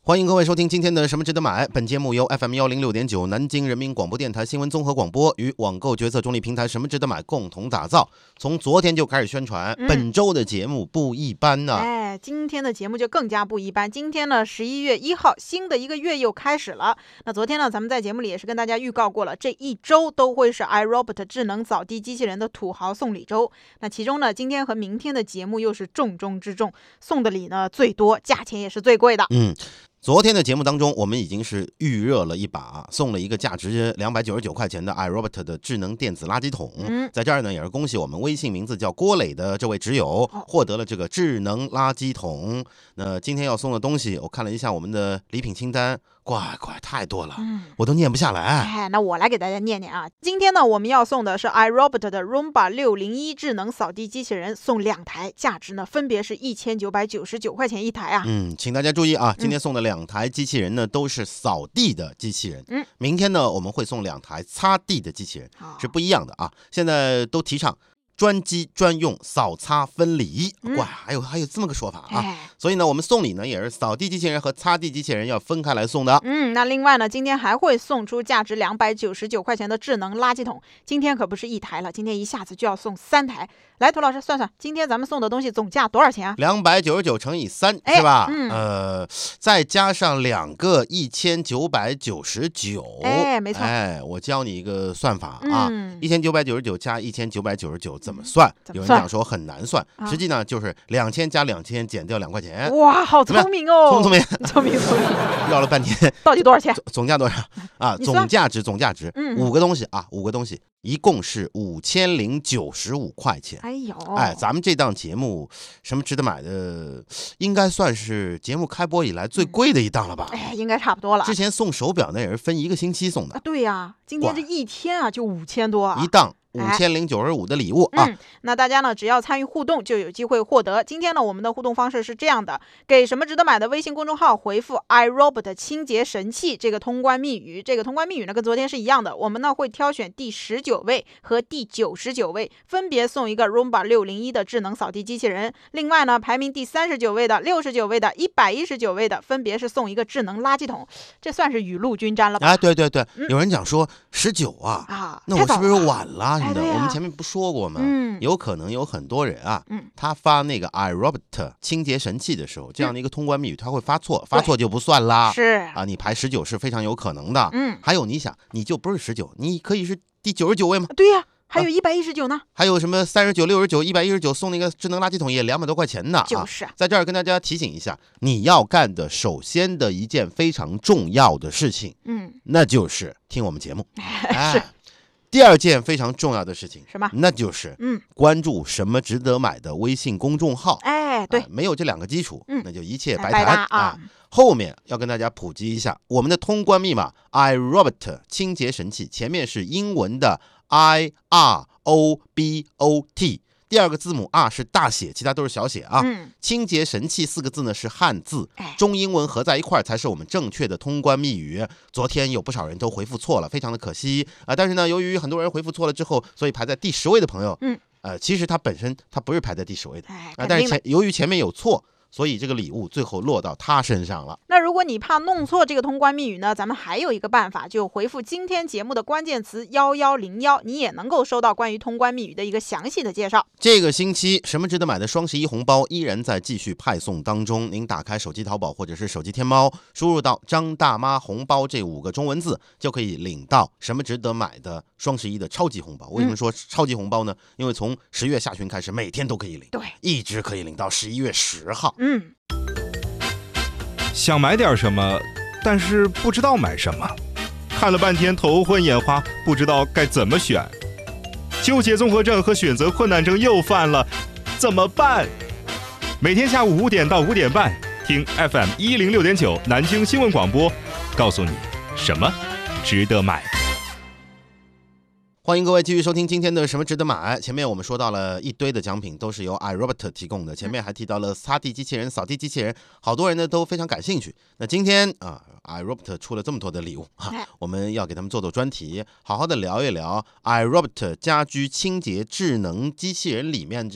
欢迎各位收听今天的什么值得买。本节目由 FM106.9 南京人民广播电台新闻综合广播与网购决策中立平台什么值得买共同打造。从昨天就开始宣传，本周的节目不一般呢。 今天的节目就更加不一般。今天呢11月1号，新的一个月又开始了。那昨天呢，咱们在节目里也是跟大家预告过了，这一周都会是 iRobot 智能扫地机器人的土豪送礼周。那其中呢，今天和明天的节目又是重中之重，送的礼呢最多，价钱也是最贵的。 昨天的节目当中，我们已经是预热了一把，送了一个价值299块钱的 iRobot 的智能电子垃圾桶。在这儿呢，也是恭喜我们微信名字叫郭磊的这位挚友获得了这个智能垃圾桶。那今天要送的东西，我看了一下我们的礼品清单，乖，太多了，我都念不下来。 那我来给大家念念啊。今天呢，我们要送的是 iRobot 的 Roomba 601智能扫地机器人，送2台，价值呢分别是1999块钱一台啊。 请大家注意啊，今天送的2台机器人呢都是扫地的机器人。明天呢我们会送2台擦地的机器人，是不一样的啊。现在都提倡专机专用，扫擦分离。哇，还有这么个说法啊！所以呢，我们送礼呢也是扫地机器人和擦地机器人要分开来送的。 那另外呢，今天还会送出价值299块钱的智能垃圾桶。今天可不是1台了，今天一下子就要送3台。来，涂老师算算，今天咱们送的东西总价多少钱啊 ？299乘以3是吧？再加上2个1999。 没错。 我教你一个算法啊，1999加1999怎么算？有人讲说很难算，实际呢就是2000加2000减掉2块钱。 哇，好聪明哦！ 聪明。 绕了半天， 到底多少钱？ 总价多少啊？总价值，5个东西啊，5个东西。一共是5095块钱。咱们这档节目什么值得买的，应该算是节目开播以来最贵的一档了吧？ 应该差不多了。 之前送手表那也是分1个星期送的。 对呀，今天这一天啊就5000多啊， 一档5095的礼物啊。 那大家呢只要参与互动就有机会获得。今天呢我们的互动方式是这样的，给什么值得买的微信公众号回复 iRobot 清洁神器这个通关密语。这个通关密语呢跟昨天是一样的，我们呢会挑选第19位和第99位，分别送一个 Roomba 601的智能扫地机器人。另外呢排名第39位的、69位的、119位的分别是送一个智能垃圾桶。这算是雨露均沾了吧？ 对，有人讲说19啊，那我是不是晚了？我们前面不说过吗？有可能有很多人啊，他发那个 iRobot 清洁神器的时候，这样的一个通关密语他会发错就不算啦。 是啊，你排19是非常有可能的。还有你想，你就不是19，你可以是第99位吗？ 对呀。还有119呢， 还有什么39、69、119送那个智能垃圾桶也200多块钱呢。 就是在这儿跟大家提醒一下，你要干的首先的一件非常重要的事情，那就是听我们节目。 是。 第2件非常重要的事情什么？ 那就是关注什么值得买的微信公众号。 对， 没有这2个基础，那就一切白谈啊。后面要跟大家普及一下我们的通关密码 iRobot 清洁神器，前面是英文的 iRobot， 第2个字母 R 是大写，其他都是小写啊。清洁神器4个字呢是汉字，中英文合在一块才是我们正确的通关密语。昨天有不少人都回复错了，非常的可惜啊。但是呢，由于很多人回复错了之后，所以排在第10位的朋友，其实他本身他不是排在第10位的，但是由于前面有错，所以这个礼物最后落到他身上了。 那如果你怕弄错这个通关密语呢，咱们还有一个办法，就回复今天节目的关键词1101，你也能够收到关于通关密语的一个详细的介绍。 这个星期什么值得买的双11红包依然在继续派送当中，您打开手机淘宝或者是手机天猫，输入到张大妈红包这5个中文字，就可以领到什么值得买的双11的超级红包。为什么说超级红包呢？因为从10月下旬开始每天都可以领， 对， 一直可以领到11月10号。 想买点什么，但是不知道买什么，看了半天头昏眼花，不知道该怎么选，纠结综合症和选择困难症又犯了，怎么办？每天下午5点到5点半，听 FM106.9 南京新闻广播，告诉你什么值得买。 欢迎各位继续收听今天的什么值得买。前面我们说到了一堆的奖品都是由 iRobot 提供的，前面还提到了擦地机器人、扫地机器人，好多人呢都非常感兴趣。那今天iRobot 出了这么多的礼物我们要给他们做专题，好好的聊一聊 iRobot 家居清洁智能机器人里面这个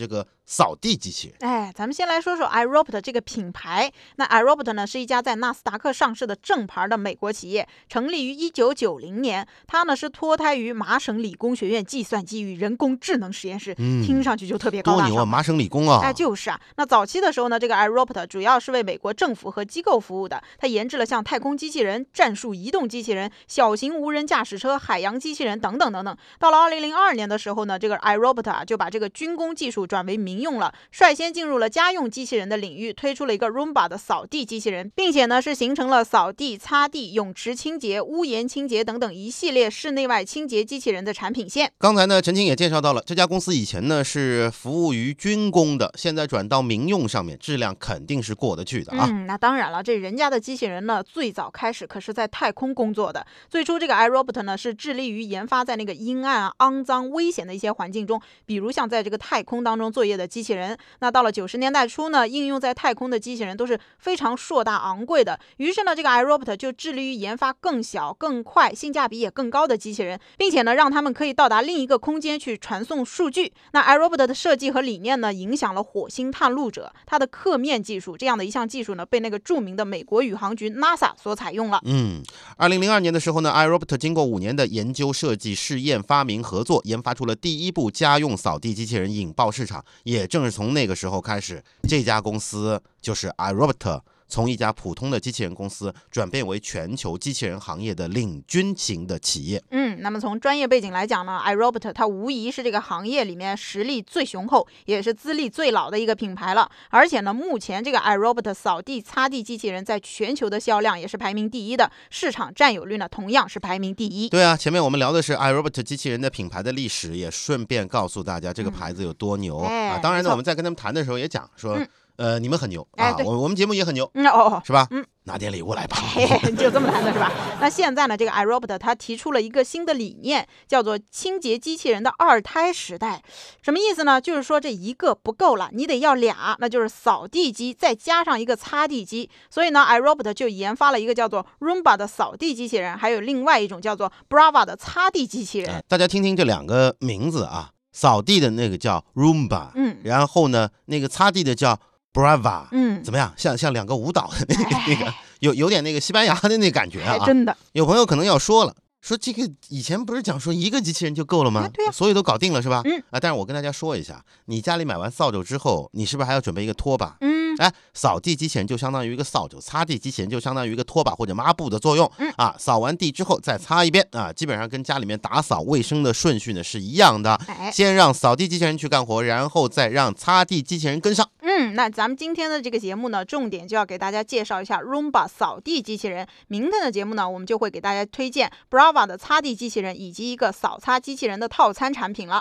扫地机器人。 哎，咱们先来说说 iRobot 这个品牌。那 iRobot 呢是一家在纳斯达克上市的正牌的美国企业，成立于1990年。它呢是脱胎于麻省理工学院计算机与人工智能实验室，听上去就特别高大上。 多牛啊，麻省理工啊！ 哎，就是啊。那早期的时候呢，这个 iRobot 主要是为美国政府和机构服务的。它研制了像太空机器人、战术移动机器人、小型无人驾驶车、海洋机器人等等等等。到了2002年的时候呢，这个 iRobot 就把这个军工技术转为民用了，率先进入了家用机器人的领域，推出了一个 Roomba 的扫地机器人，并且呢是形成了扫地、擦地、泳池清洁、屋檐清洁等等一系列室内外清洁机器人的产品线。 刚才呢，陈青也介绍到了，这家公司以前呢是服务于军工的，现在转到民用上面，质量肯定是过得去的啊。 那当然了，这人家的机器人呢，最早开始可是在太空工作的。最初这个 iRobot 呢是致力于研发在那个阴暗、肮脏、危险的一些环境中，比如像在这个太空当中作业的机器人。那到了90年代初呢，应用在太空的机器人都是非常硕大昂贵的。于是呢，这个 iRobot 就致力于研发更小、更快、性价比也更高的机器人，并且呢，让他们可以到达另一个空间去传送数据。那 iRobot 的设计和理念呢，影响了火星探路者，它的刻面技术这样的一项技术呢，被那个著名的美国宇航局 NASA 所采用了。 2002年的时候呢 ，iRobot 经过5年的研究、设计、试验、发明、合作，研发出了第一部家用扫地机器人，引爆市场。也正是从那个时候开始，这家公司就是 iRobot。从一家普通的机器人公司转变为全球机器人行业的领军型的企业。 那么从专业背景来讲呢 ，iRobot 它无疑是这个行业里面实力最雄厚，也是资历最老的一个品牌了。而且呢，目前这个 iRobot 扫地擦地机器人在全球的销量也是排名第一的，市场占有率呢同样是排名第一。 对啊，前面我们聊的是 iRobot 机器人的品牌的历史，也顺便告诉大家这个牌子有多牛啊。当然呢，我们在跟他们谈的时候也讲说。你们很牛啊，我们节目也很牛，是吧？拿点礼物来吧。 就这么谈的是吧？那现在呢，这个 iRobot 它提出了一个新的理念，叫做清洁机器人的2胎时代。什么意思呢？就是说这一个不够了，你得要俩，那就是扫地机再加上一个擦地机。所以呢 iRobot 就研发了一个叫做 Roomba 的扫地机器人，还有另外一种叫做 Brava 的擦地机器人。 大家听听这两个名字啊，扫地的那个叫 Roomba，然后呢那个擦地的叫Brava， 怎么样？像两个舞蹈的那个，有点那个西班牙的那感觉啊！ 真的， 有朋友可能要说了，说这个以前不是讲说一个机器人就够了吗？ 对呀， 所有都搞定了是吧？但是我跟大家说一下，你家里买完扫帚之后，你是不是还要准备一个拖把？扫地机器人就相当于一个扫帚，擦地机器人就相当于一个拖把或者抹布的作用。扫完地之后再擦一遍啊，基本上跟家里面打扫卫生的顺序呢是一样的。先让扫地机器人去干活，然后再让擦地机器人跟上。 那咱们今天的这个节目呢，重点就要给大家介绍一下 Roomba 扫地机器人。明天的节目呢，我们就会给大家推荐 Brava 的擦地机器人以及一个扫擦机器人的套餐产品了。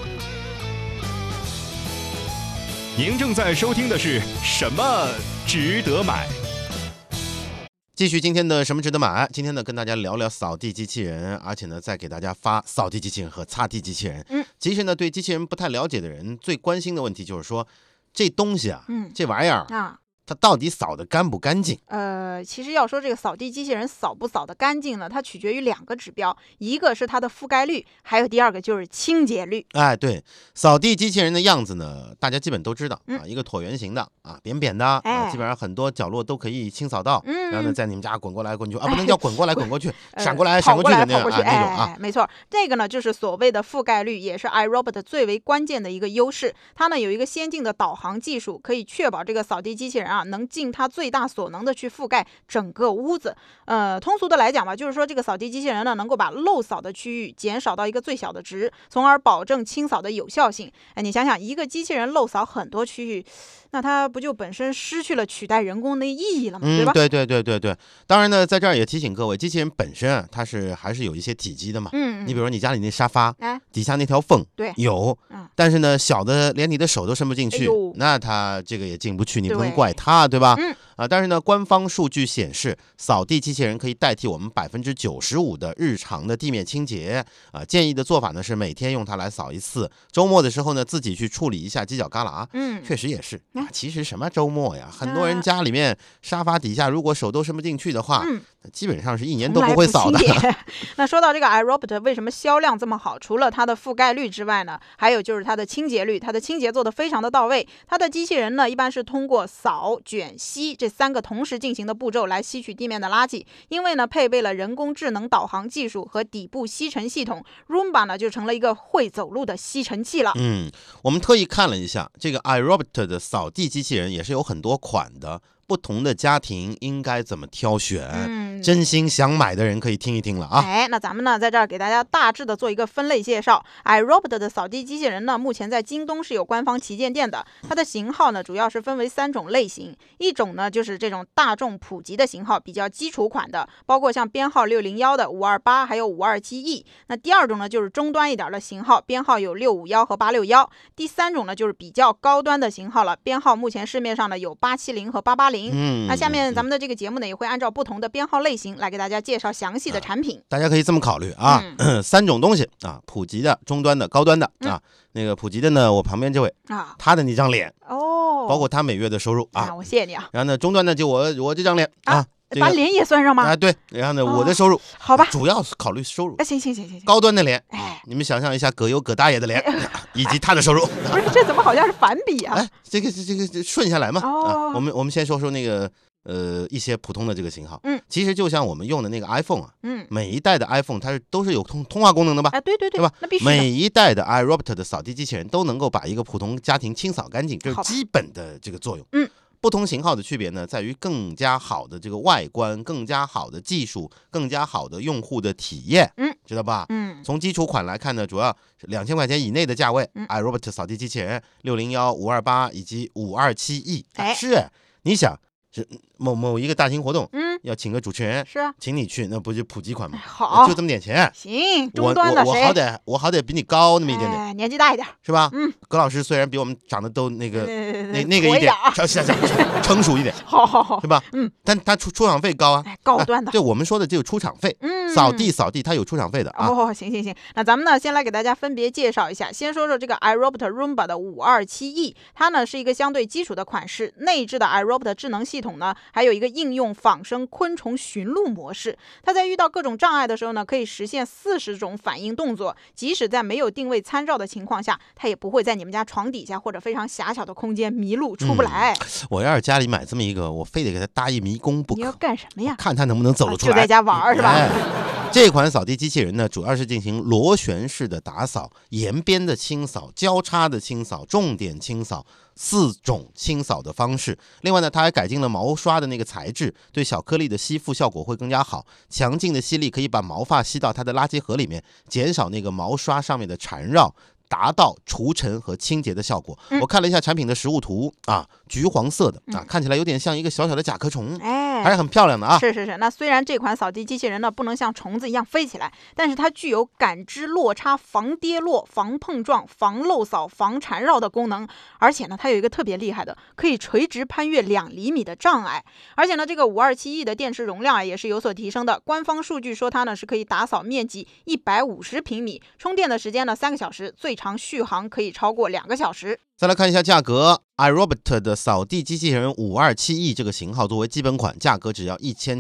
您正在收听的是什么值得买？ 继续今天的什么值得买？今天呢，跟大家聊聊扫地机器人，而且呢，再给大家发扫地机器人和擦地机器人。其实呢，对机器人不太了解的人，最关心的问题就是说，这东西啊，这玩意儿啊，它到底扫得干不干净？ 其实要说这个扫地机器人扫不扫得干净呢，它取决于2个指标，一个是它的覆盖率，还有第二个就是清洁率。 对，扫地机器人的样子呢，大家基本都知道啊，一个椭圆形的啊，扁扁的啊，基本上很多角落都可以清扫到。然后呢，在你们家滚过来滚去啊，不能叫滚过来滚过去，闪过来闪过去的那种啊。 没错，这个呢就是所谓的覆盖率，也是 iRobot 最为关键的一个优势。它呢有一个先进的导航技术，可以确保这个扫地机器人啊能尽它最大所能的去覆盖整个屋子。通俗的来讲吧，就是说这个扫地机器人呢能够把漏扫的区域减少到一个最小的值，从而保证清扫的有效性。你想想，一个机器人漏扫很多区域，那它不就本身失去了取代人工的意义了吗？对吧？ 对。当然呢，在这儿也提醒各位，机器人本身啊，它还是有一些体积的嘛。你比如说你家里那沙发，底下那条缝，有，但是呢，小的连你的手都伸不进去，那它这个也进不去，你不能怪它，对吧？ 但是呢，官方数据显示，扫地机器人可以代替我们95%的日常的地面清洁。建议的做法呢是每天用它来扫一次，周末的时候呢自己去处理一下犄角旮旯。确实也是。其实什么周末呀，很多人家里面沙发底下如果手都伸不进去的话，基本上是一年都不会扫的。 那说到这个 iRobot 为什么销量这么好，除了它的覆盖率之外呢，还有就是它的清洁率，它的清洁做得非常的到位。它的机器人呢一般是通过扫、卷、吸这3个同时进行的步骤来吸取地面的垃圾。因为呢配备了人工智能导航技术和底部吸尘系统， Roomba 呢就成了一个会走路的吸尘器了。 我们特意看了一下这个 iRobot 的扫地机器人，也是有很多款的，不同的家庭应该怎么挑选，真心想买的人可以听一听了啊。 那咱们呢在这儿给大家大致的做一个分类介绍。iRobot 的扫地机器人呢目前在京东是有官方旗舰店的，它的型号呢主要是分为3种类型。一种呢就是这种大众普及的型号，比较基础款的，包括像编号601的、528还有527E。那第二种呢就是中端一点的型号，编号有651和861。第三种呢就是比较高端的型号了，编号目前市面上呢有870和880。那下面咱们的这个节目呢也会按照不同的编号类型来给大家介绍详细的产品。 大家可以这么考虑啊，3种东西啊，普及的、中端的、高端的啊。那个普及的呢，我旁边这位他的那张脸包括他每月的收入啊， 我谢谢你啊。 然后呢，中端的就我这张脸啊。 把脸也算上吗？ 对，然后呢，我的收入好吧， 主要是考虑收入。 行， 高端的脸，你们想象一下葛优葛大爷的脸，以及他的收入。 不是，这怎么好像是反比啊？ 这个顺下来嘛。我们先说那个一些普通的这个型号。其实就像我们用的那个 iPhone 啊，每一代的 iPhone 它都是有通话功能的吧？对吧？ 那必须。 每一代的 iRobot 的扫地机器人都能够把一个普通家庭清扫干净，这是基本的这个作用。不同型号的区别呢，在于更加好的这个外观，更加好的技术，更加好的用户的体验，知道吧？从基础款来看呢，主要是2000块钱以内的价位，iRobot 扫地机器人601、528以及527E。是，你想是某一个大型活动，要请个主持人， 是啊， 请你去，那不就普及款吗？ 好， 就这么点钱。 行，终端的我好歹比你高那么一点点， 年纪大一点， 是吧？葛老师虽然比我们长得都那个一点，成熟一点， 好， 是吧？但他出场费高啊， 高端的。 对，我们说的只有出场费，扫地它有出场费的啊。 行，那咱们呢先来给大家分别介绍一下，先说说这个 iRobot Roomba 的527E， 它呢是一个相对基础的款式，内置的 iRobot 智能系统呢还有一个应用仿生昆虫寻路模式。它在遇到各种障碍的时候呢，可以实现40种反应动作，即使在没有定位参照的情况下，它也不会在你们家床底下或者非常狭小的空间迷路出不来。 我要是家里买这么一个，我非得给它搭一迷宫不可。 你要干什么呀？ 看它能不能走得出来。 就在家玩是吧？ 这款扫地机器人呢，主要是进行螺旋式的打扫、沿边的清扫、交叉的清扫、重点清扫4种清扫的方式。另外呢，它还改进了毛刷的那个材质，对小颗粒的吸附效果会更加好。强劲的吸力可以把毛发吸到它的垃圾盒里面，减少那个毛刷上面的缠绕，达到除尘和清洁的效果。我看了一下产品的实物图啊，橘黄色的啊，看起来有点像一个小小的甲壳虫，还是很漂亮的啊。 是。那虽然这款扫地机器人呢不能像虫子一样飞起来，但是它具有感知落差、防跌落、防碰撞、防漏扫、防缠绕的功能。而且呢，它有一个特别厉害的，可以垂直攀越2厘米的障碍。而且呢，这个527E的电池容量也是有所提升的。官方数据说它呢是可以打扫面积150平米，充电的时间呢3个小时，最长续航可以超过2个小时。 再来看一下价格 ，iRobot 的扫地机器人527E 这个型号作为基本款，价格只要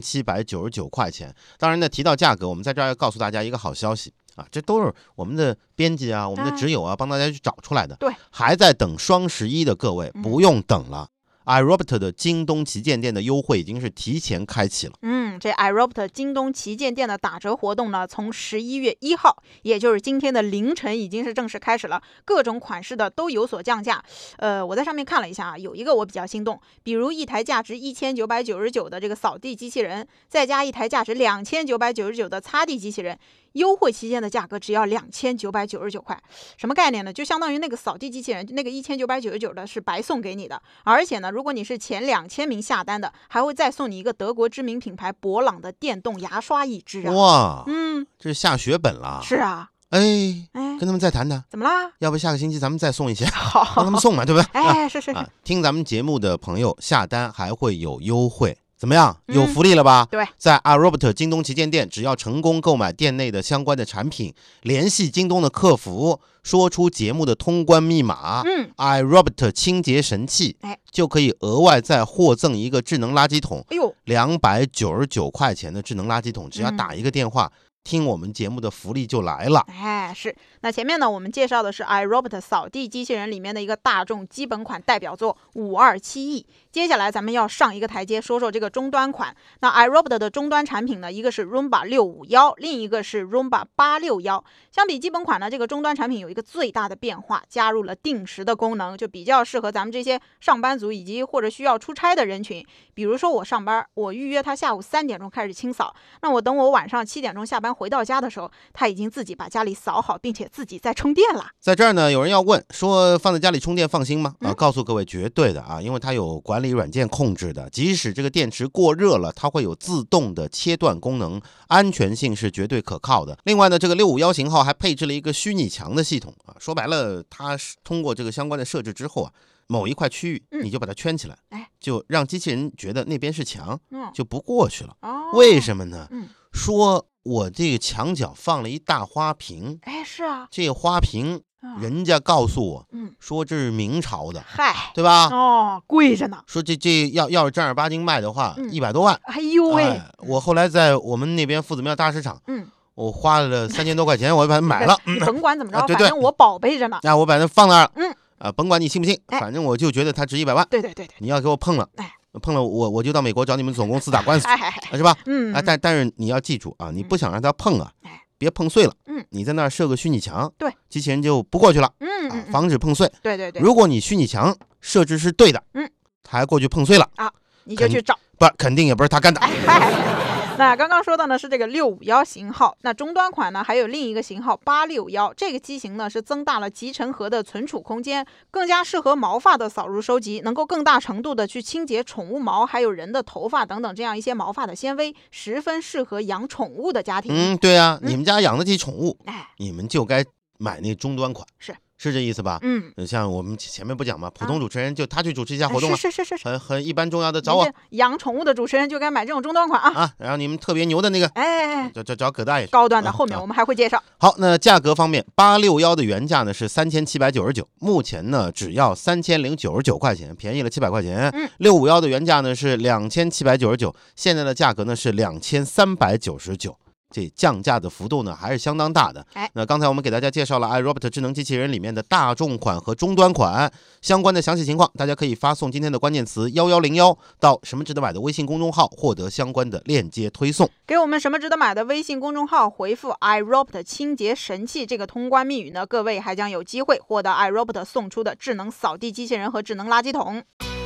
1799块钱。当然呢，提到价格，我们在这儿要告诉大家一个好消息啊，这都是我们的编辑啊、我们的职友啊帮大家去找出来的。 对， 还在等双11的各位不用等了。iRobot 的京东旗舰店的优惠已经是提前开启了。 这 iRobot 京东旗舰店的打折活动呢，从11月1号，也就是今天的凌晨已经是正式开始了，各种款式的都有所降价。我在上面看了一下啊，有一个我比较心动，比如一台价值1999的这个扫地机器人，再加一台价值2999的擦地机器人，优惠期间的价格只要2999块。什么概念呢？就相当于那个扫地机器人那个1999的是白送给你的，而且呢，如果你是前2000名下单的，还会再送你一个德国知名品牌博朗的电动牙刷一支啊！ 哇，这是下血本了。 是啊， 跟他们再谈谈。 怎么啦？ 要不下个星期咱们再送一些， 好， 让他们送嘛，对不对？ 是。 听咱们节目的朋友下单还会有优惠。怎么样？有福利了吧？ 对， 在 iRobot 京东旗舰店，只要成功购买店内的相关的产品，联系京东的客服，说出节目的通关密码，iRobot 清洁神器，就可以额外再获赠一个智能垃圾桶，299块钱的智能垃圾桶，只要打一个电话。听我们节目的福利就来了。 是。那前面呢，我们介绍的是 iRobot 扫地机器人里面的一个大众基本款代表作 527E。接下来咱们要上一个台阶，说说这个终端款。那 iRobot 的终端产品呢，一个是 Roomba 651，另一个是 Roomba 861。相比基本款呢，这个终端产品有一个最大的变化，加入了定时的功能，就比较适合咱们这些上班族以及或者需要出差的人群。比如说我上班，我预约他下午3点钟开始清扫，那我等我晚上7点钟下班回到家的时候，他已经自己把家里扫好，并且自己在充电了。 在这儿呢，有人要问说放在家里充电放心吗？告诉各位绝对的啊，因为它有管理软件控制的，即使这个电池过热了，它会有自动的切断功能，安全性是绝对可靠的。另外呢，这个651型号还配置了一个虚拟墙的系统啊，说白了，它通过这个相关的设置之后啊，某一块区域你就把它圈起来，就让机器人觉得那边是墙，就不过去了。为什么呢？说我这个墙角放了一大花瓶， 是啊， 这个花瓶人家告诉我，说这是明朝的，对吧？贵着呢。 说这要是正儿八经卖的话，100多万。 哎呦喂！ 我后来在我们那边夫子庙大市场，我花了3000多块钱，我把它买了。 你甭管怎么着， 对反正我宝贝着呢。 我把它放那儿了。甭管你信不信，反正我就觉得它值100万。 对。 你要给我碰了，碰了我就到美国找你们总公司打官司，是吧？但是你要记住啊，你不想让它碰啊，别碰碎了。你在那儿设个虚拟墙， 对， 机器人就不过去了。防止碰碎。 对。 如果你虚拟墙设置是对的，它还过去碰碎了你就去找， 肯定也不是他干的。 那刚刚说的呢是这个651型号，那终端款呢还有另一个型号861，这个机型呢是增大了集成盒的存储空间，更加适合毛发的扫入收集，能够更大程度的去清洁宠物毛，还有人的头发等等这样一些毛发的纤维，十分适合养宠物的家庭。 对啊，你们家养得起宠物，你们就该买那终端款。是这意思吧？像我们前面不讲嘛，普通主持人就他去主持一下活动了， 是， 和一般重要的找我。 养宠物的主持人就该买这种终端款啊。 然后你们特别牛的那个，找葛大爷。 高端的后面我们还会介绍。 好，那价格方面，861的原价呢是3799，目前呢只要3099块钱，便宜了700块钱。651的原价呢是2799，现在的价格呢是2399。这降价的幅度呢还是相当大的。那刚才我们给大家介绍了 iRobot 智能机器人里面的大众款和终端款相关的详细情况，大家可以发送今天的关键词1101到什么值得买的微信公众号，获得相关的链接推送。 给我们什么值得买的微信公众号回复 iRobot 清洁神器这个通关密语呢，各位还将有机会获得 iRobot 送出的智能扫地机器人和智能垃圾桶。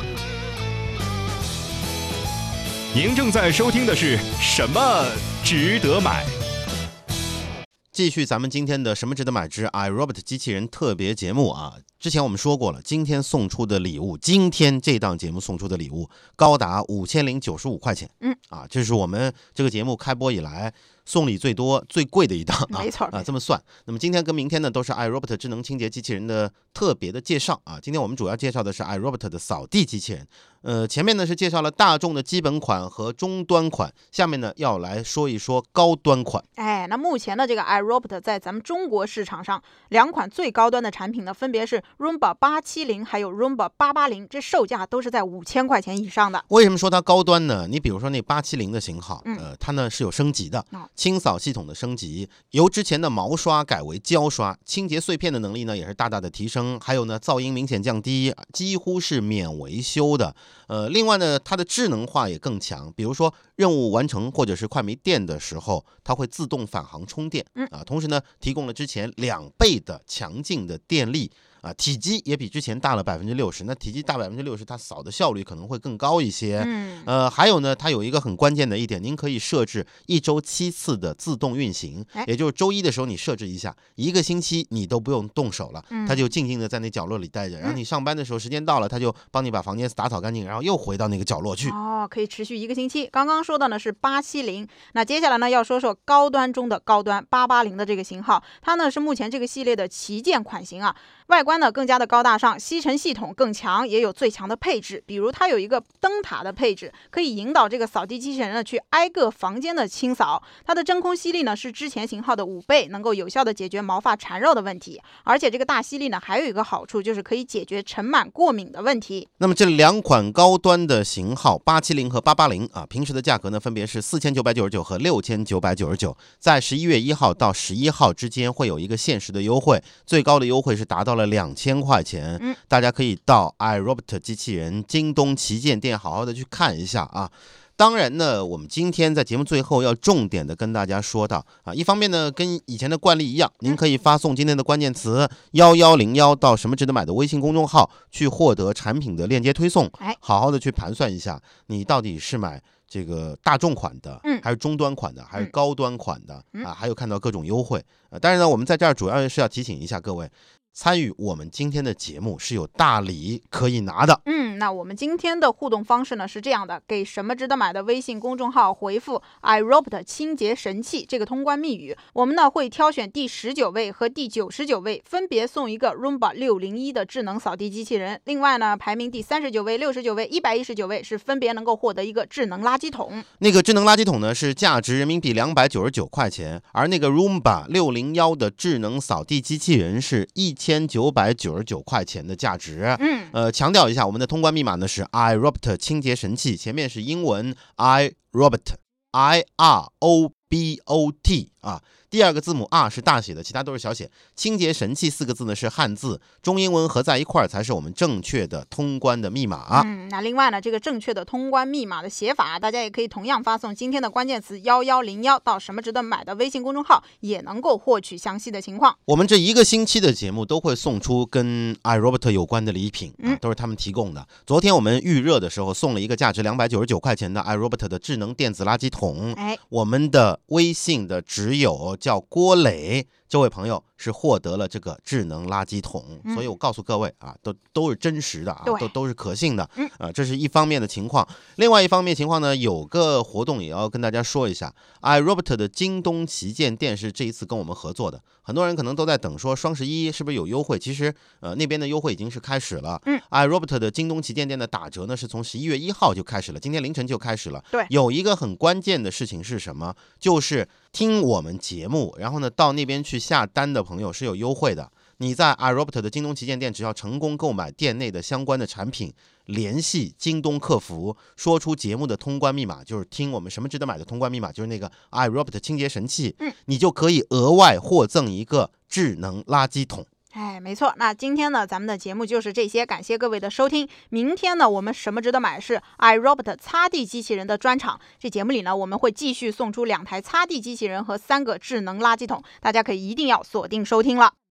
您正在收听的是什么值得买？ 继续咱们今天的什么值得买之 iRobot 机器人特别节目啊！之前我们说过了，今天送出的礼物，今天这档节目送出的礼物高达5095块钱。这是我们这个节目开播以来送礼最多最贵的一档没错这么算。那么今天跟明天呢都是 iRobot 智能清洁机器人的特别的介绍今天我们主要介绍的是 iRobot 的扫地机器人。前面呢是介绍了大众的基本款和终端款，下面呢要来说一说高端款。 那目前的这个 iRobot 在咱们中国市场上2款最高端的产品呢，分别是 Roomba 870还有 Roomba 880，这售价都是在5000块钱以上的。 为什么说它高端呢？你比如说那870的型号，它呢是有升级的，清扫系统的升级，由之前的毛刷改为胶刷，清洁碎片的能力呢也是大大的提升，还有呢噪音明显降低，几乎是免维修的。另外呢，它的智能化也更强，比如说任务完成或者是快没电的时候，它会自动返航充电同时呢，提供了之前2倍的强劲的电力体积也比之前大了60%。那体积大60%，它扫的效率可能会更高一些。还有呢，它有一个很关键的一点，您可以设置1周7次的自动运行，也就是周一的时候你设置一下，1个星期你都不用动手了，它就静静的在那角落里待着，然后你上班的时候时间到了，它就帮你把房间打扫干净，然后又回到那个角落去。 可以持续1个星期。刚刚说的呢是870，那接下来呢要说说高端中的高端880的这个型号，它呢是目前这个系列的旗舰款型啊，外观呢更加的高大上，吸尘系统更强，也有最强的配置，比如它有一个灯塔的配置，可以引导这个扫地机器人呢去挨个房间的清扫，它的真空吸力呢是之前型号的5倍，能够有效的解决毛发缠绕的问题，而且这个大吸力呢还有一个好处，就是可以解决尘螨过敏的问题。 那么这2款高端的型号870和880平时的价格呢分别是4999和6999，在11月1号到11号之间会有一个限时的优惠，最高的优惠是达到了2000块钱。大家可以到 iRobot 机器人京东旗舰店好好的去看一下啊。当然呢，我们今天在节目最后要重点的跟大家说到一方面呢，跟以前的惯例一样，您可以发送今天的关键词1101到什么值得买的微信公众号去获得产品的链接推送，好好的去盘算一下，你到底是买这个大众款的，还是中端款的，还是高端款的还有看到各种优惠当然呢，我们在这儿主要是要提醒一下各位，参与我们今天的节目是有大礼可以拿的。 那我们今天的互动方式呢是这样的，给什么值得买的微信公众号回复 iRobot 清洁神器这个通关密语，我们呢会挑选第19位和第99位，分别送一个 Roomba 601的智能扫地机器人。另外呢，排名第39位、69位、119位是分别能够获得一个智能垃圾桶。 那个智能垃圾桶呢是价值人民币299块钱，而那个 Roomba 601的智能扫地机器人是1999块钱的价值。强调一下，我们的通关密码呢是 iRobot 清洁神器，前面是英文 iRobot IROBOT 第2个字母 R 是大写的，其他都是小写。清洁神器4个字呢是汉字，中英文合在一块儿才是我们正确的通关的密码。 那另外呢，这个正确的通关密码的写法，大家也可以同样发送今天的关键词1101到什么值得买的微信公众号，也能够获取详细的情况。 我们这1个星期的节目都会送出跟 iRobot 有关的礼品都是他们提供的。昨天我们预热的时候送了一个价值299块钱的 iRobot 的智能电子垃圾桶。我们的微信的挚友叫郭磊，这位朋友是获得了这个智能垃圾桶，所以我告诉各位都是真实的都是可信的这是一方面的情况。另外一方面情况呢，有个活动也要跟大家说一下， iRobot 的京东旗舰店是这一次跟我们合作的，很多人可能都在等说双11是不是有优惠，其实那边的优惠已经是开始了。iRobot 的京东旗舰店的打折呢是从11月1号就开始了，今天凌晨就开始了。有一个很关键的事情是什么，就是听我们节目然后呢到那边去下单的朋友是有优惠的。你在 iRobot 的京东旗舰店只要成功购买店内的相关的产品，联系京东客服，说出节目的通关密码，就是听我们什么值得买的通关密码，就是那个 iRobot 清洁神器，你就可以额外获赠一个智能垃圾桶。 没错，那今天呢咱们的节目就是这些，感谢各位的收听。明天呢我们什么值得买是 iRobot 擦地机器人的专场，这节目里呢我们会继续送出2台擦地机器人和3个智能垃圾桶，大家可以一定要锁定收听了。